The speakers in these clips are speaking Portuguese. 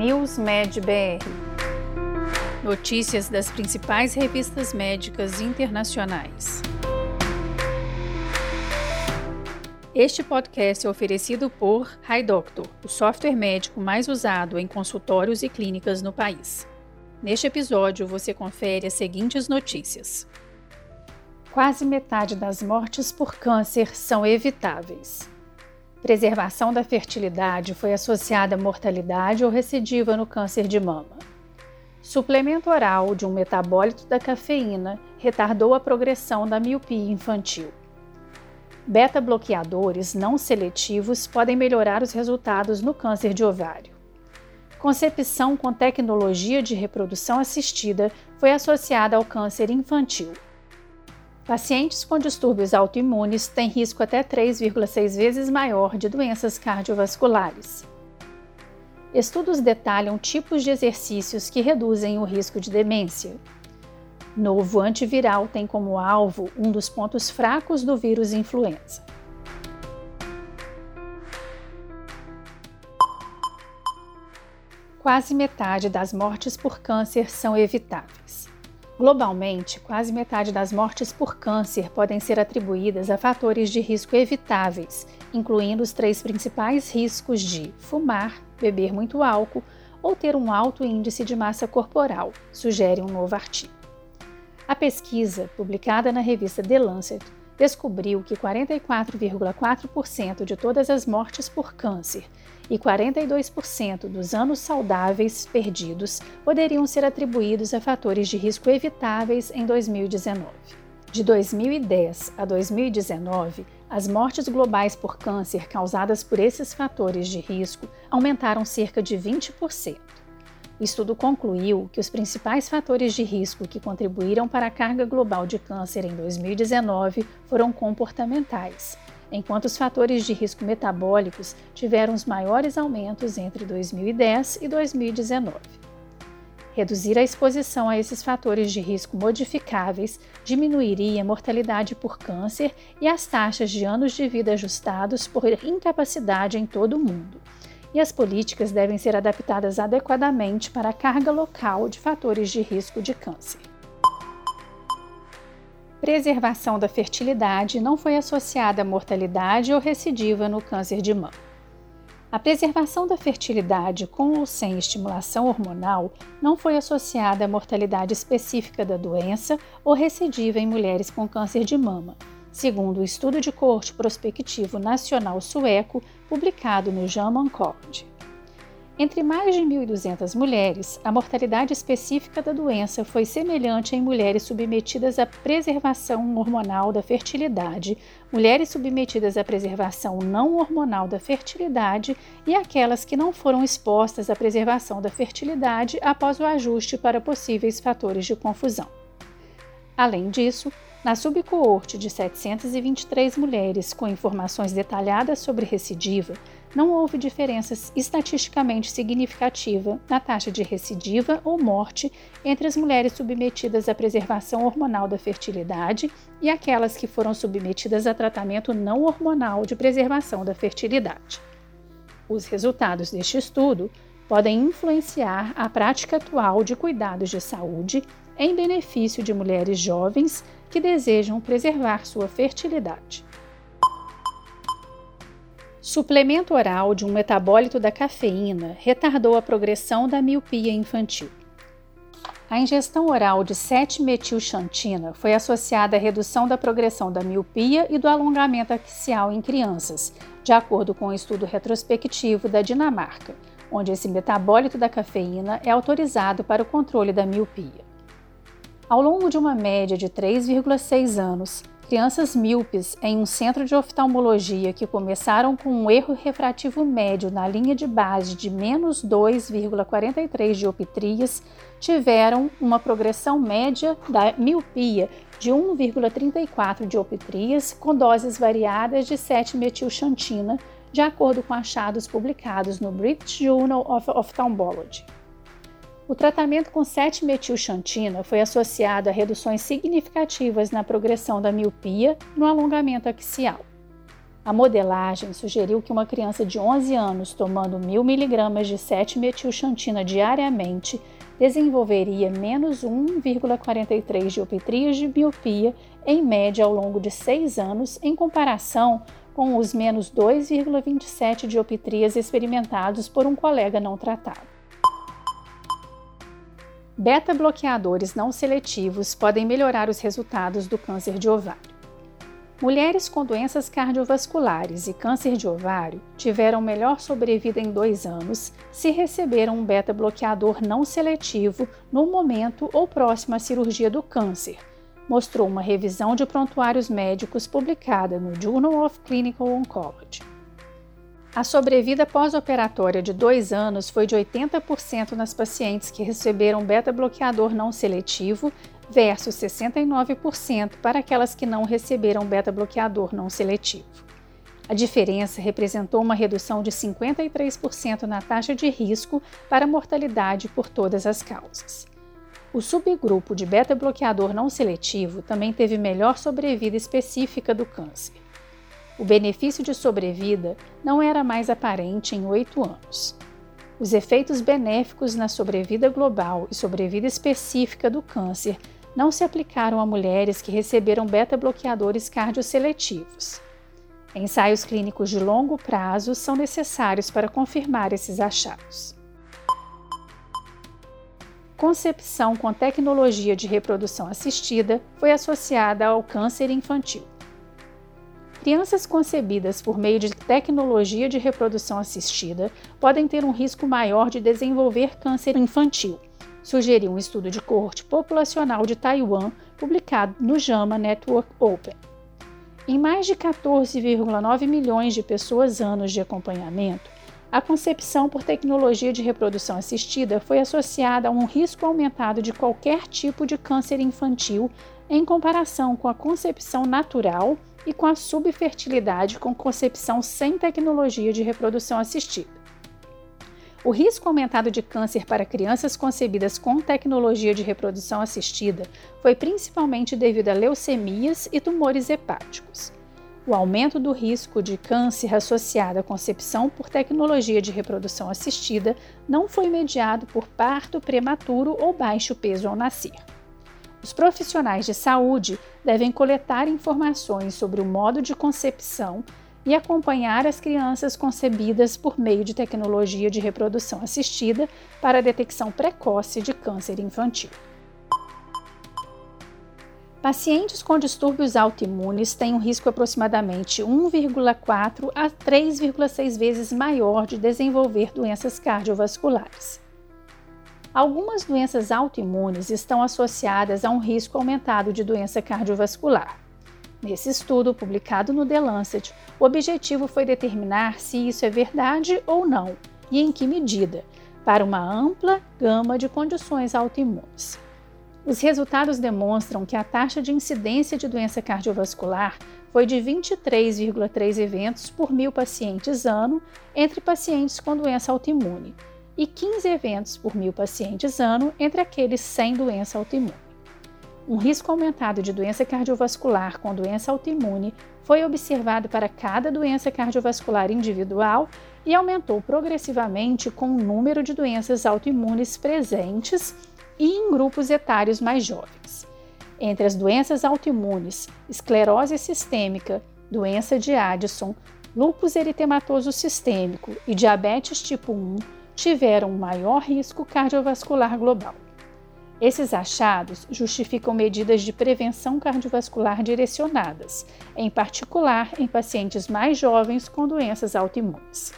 NewsMed.br. Notícias das principais revistas médicas internacionais. Este podcast é oferecido por HiDoctor, o software médico mais usado em consultórios e clínicas no país. Neste episódio, você confere as seguintes notícias. Quase metade das mortes por câncer são evitáveis. Preservação da fertilidade foi associada à mortalidade ou recidiva no câncer de mama. Suplemento oral de um metabólito da cafeína retardou a progressão da miopia infantil. Beta-bloqueadores não seletivos podem melhorar os resultados no câncer de ovário. Concepção com tecnologia de reprodução assistida foi associada ao câncer infantil. Pacientes com distúrbios autoimunes têm risco até 3,6 vezes maior de doenças cardiovasculares. Estudos detalham tipos de exercícios que reduzem o risco de demência. Novo antiviral tem como alvo um dos pontos fracos do vírus influenza. Quase metade das mortes por câncer são evitáveis. Globalmente, quase metade das mortes por câncer podem ser atribuídas a fatores de risco evitáveis, incluindo os 3 principais riscos de fumar, beber muito álcool ou ter um alto índice de massa corporal, sugere um novo artigo. A pesquisa, publicada na revista The Lancet, descobriu que 44,4% de todas as mortes por câncer e 42% dos anos saudáveis perdidos poderiam ser atribuídos a fatores de risco evitáveis em 2019. De 2010 a 2019, as mortes globais por câncer causadas por esses fatores de risco aumentaram cerca de 20%. O estudo concluiu que os principais fatores de risco que contribuíram para a carga global de câncer em 2019 foram comportamentais, enquanto os fatores de risco metabólicos tiveram os maiores aumentos entre 2010 e 2019. Reduzir a exposição a esses fatores de risco modificáveis diminuiria a mortalidade por câncer e as taxas de anos de vida ajustados por incapacidade em todo o mundo. E as políticas devem ser adaptadas adequadamente para a carga local de fatores de risco de câncer. Preservação da fertilidade não foi associada à mortalidade ou recidiva no câncer de mama. A preservação da fertilidade com ou sem estimulação hormonal não foi associada à mortalidade específica da doença ou recidiva em mulheres com câncer de mama, segundo o estudo de coorte prospectivo nacional sueco publicado no JAMA Oncology. Entre mais de 1.200 mulheres, a mortalidade específica da doença foi semelhante em mulheres submetidas à preservação hormonal da fertilidade, mulheres submetidas à preservação não hormonal da fertilidade e aquelas que não foram expostas à preservação da fertilidade após o ajuste para possíveis fatores de confusão. Além disso, na subcoorte de 723 mulheres com informações detalhadas sobre recidiva, não houve diferença estatisticamente significativa na taxa de recidiva ou morte entre as mulheres submetidas à preservação hormonal da fertilidade e aquelas que foram submetidas a tratamento não hormonal de preservação da fertilidade. Os resultados deste estudo podem influenciar a prática atual de cuidados de saúde em benefício de mulheres jovens que desejam preservar sua fertilidade. Suplemento oral de um metabólito da cafeína retardou a progressão da miopia infantil. A ingestão oral de 7-metilxantina foi associada à redução da progressão da miopia e do alongamento axial em crianças, de acordo com um estudo retrospectivo da Dinamarca, onde esse metabólito da cafeína é autorizado para o controle da miopia. Ao longo de uma média de 3,6 anos, crianças míopes em um centro de oftalmologia que começaram com um erro refrativo médio na linha de base de menos 2,43 dioptrias tiveram uma progressão média da miopia de 1,34 dioptrias com doses variadas de 7-metilxantina, de acordo com achados publicados no British Journal of Ophthalmology. O tratamento com 7-metilxantina foi associado a reduções significativas na progressão da miopia e no alongamento axial. A modelagem sugeriu que uma criança de 11 anos tomando 1.000 mg de 7-metilxantina diariamente desenvolveria menos 1,43 dioptrias de miopia em média ao longo de 6 anos, em comparação com os menos 2,27 dioptrias experimentados por um colega não tratado. Beta-bloqueadores não seletivos podem melhorar os resultados do câncer de ovário. Mulheres com doenças cardiovasculares e câncer de ovário tiveram melhor sobrevida em 2 anos se receberam um beta-bloqueador não seletivo no momento ou próximo à cirurgia do câncer, mostrou uma revisão de prontuários médicos publicada no Journal of Clinical Oncology. A sobrevida pós-operatória de 2 anos foi de 80% nas pacientes que receberam beta-bloqueador não seletivo versus 69% para aquelas que não receberam beta-bloqueador não seletivo. A diferença representou uma redução de 53% na taxa de risco para mortalidade por todas as causas. O subgrupo de beta-bloqueador não seletivo também teve melhor sobrevida específica do câncer. O benefício de sobrevida não era mais aparente em 8 anos. Os efeitos benéficos na sobrevida global e sobrevida específica do câncer não se aplicaram a mulheres que receberam beta-bloqueadores cardioseletivos. Ensaios clínicos de longo prazo são necessários para confirmar esses achados. Concepção com tecnologia de reprodução assistida foi associada ao câncer infantil. Crianças concebidas por meio de tecnologia de reprodução assistida podem ter um risco maior de desenvolver câncer infantil, sugeriu um estudo de coorte populacional de Taiwan publicado no JAMA Network Open. Em mais de 14,9 milhões de pessoas anos de acompanhamento, a concepção por tecnologia de reprodução assistida foi associada a um risco aumentado de qualquer tipo de câncer infantil em comparação com a concepção natural e com a subfertilidade com concepção sem tecnologia de reprodução assistida. O risco aumentado de câncer para crianças concebidas com tecnologia de reprodução assistida foi principalmente devido a leucemias e tumores hepáticos. O aumento do risco de câncer associado à concepção por tecnologia de reprodução assistida não foi mediado por parto prematuro ou baixo peso ao nascer. Os profissionais de saúde devem coletar informações sobre o modo de concepção e acompanhar as crianças concebidas por meio de tecnologia de reprodução assistida para a detecção precoce de câncer infantil. Pacientes com distúrbios autoimunes têm um risco aproximadamente 1,4 a 3,6 vezes maior de desenvolver doenças cardiovasculares. Algumas doenças autoimunes estão associadas a um risco aumentado de doença cardiovascular. Nesse estudo, publicado no The Lancet, o objetivo foi determinar se isso é verdade ou não e em que medida, para uma ampla gama de condições autoimunes. Os resultados demonstram que a taxa de incidência de doença cardiovascular foi de 23,3 eventos por 1.000 pacientes ano entre pacientes com doença autoimune e 15 eventos por 1.000 pacientes ano entre aqueles sem doença autoimune. Um risco aumentado de doença cardiovascular com doença autoimune foi observado para cada doença cardiovascular individual e aumentou progressivamente com o número de doenças autoimunes presentes e em grupos etários mais jovens. Entre as doenças autoimunes, esclerose sistêmica, doença de Addison, lúpus eritematoso sistêmico e diabetes tipo 1 tiveram um maior risco cardiovascular global. Esses achados justificam medidas de prevenção cardiovascular direcionadas, em particular em pacientes mais jovens com doenças autoimunes.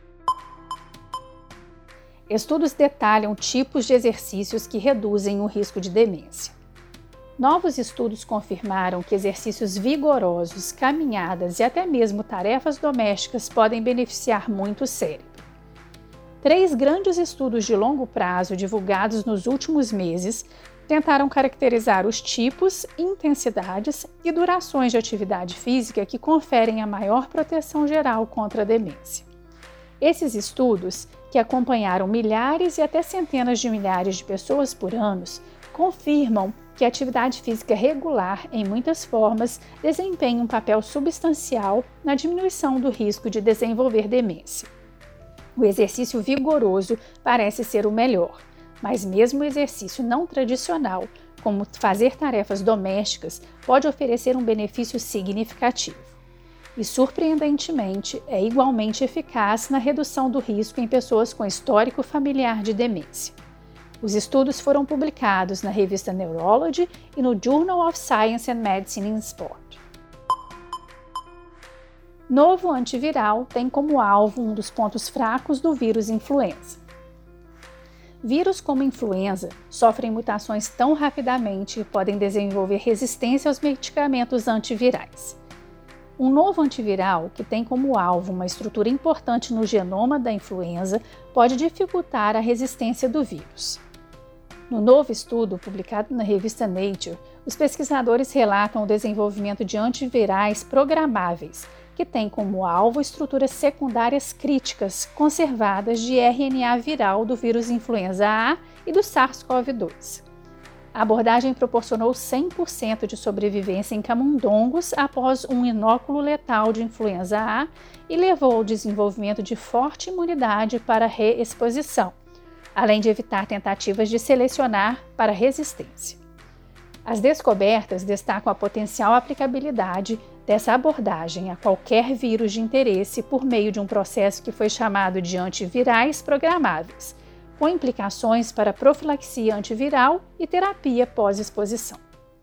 Estudos detalham tipos de exercícios que reduzem o risco de demência. Novos estudos confirmaram que exercícios vigorosos, caminhadas e até mesmo tarefas domésticas podem beneficiar muito o cérebro. 3 grandes estudos de longo prazo divulgados nos últimos meses tentaram caracterizar os tipos, intensidades e durações de atividade física que conferem a maior proteção geral contra a demência. Esses estudos, que acompanharam milhares e até centenas de milhares de pessoas por ano, confirmam que a atividade física regular, em muitas formas, desempenha um papel substancial na diminuição do risco de desenvolver demência. O exercício vigoroso parece ser o melhor, mas mesmo o exercício não tradicional, como fazer tarefas domésticas, pode oferecer um benefício significativo. E, surpreendentemente, é igualmente eficaz na redução do risco em pessoas com histórico familiar de demência. Os estudos foram publicados na revista Neurology e no Journal of Science and Medicine in Sport. Novo antiviral tem como alvo um dos pontos fracos do vírus influenza. Vírus como influenza sofrem mutações tão rapidamente que podem desenvolver resistência aos medicamentos antivirais. Um novo antiviral, que tem como alvo uma estrutura importante no genoma da influenza, pode dificultar a resistência do vírus. No novo estudo, publicado na revista Nature, os pesquisadores relatam o desenvolvimento de antivirais programáveis, que têm como alvo estruturas secundárias críticas conservadas de RNA viral do vírus influenza A e do SARS-CoV-2. A abordagem proporcionou 100% de sobrevivência em camundongos após um inóculo letal de influenza A e levou ao desenvolvimento de forte imunidade para reexposição, além de evitar tentativas de selecionar para resistência. As descobertas destacam a potencial aplicabilidade dessa abordagem a qualquer vírus de interesse por meio de um processo que foi chamado de antivirais programáveis, com implicações para profilaxia antiviral e terapia pós-exposição.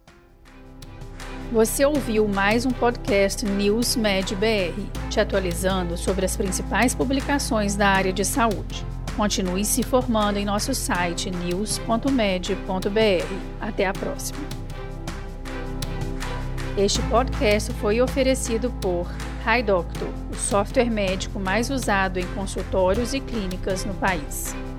Você ouviu mais um podcast NewsMed BR, te atualizando sobre as principais publicações da área de saúde. Continue se informando em nosso site news.med.br. Até a próxima. Este podcast foi oferecido por HiDoctor, o software médico mais usado em consultórios e clínicas no país.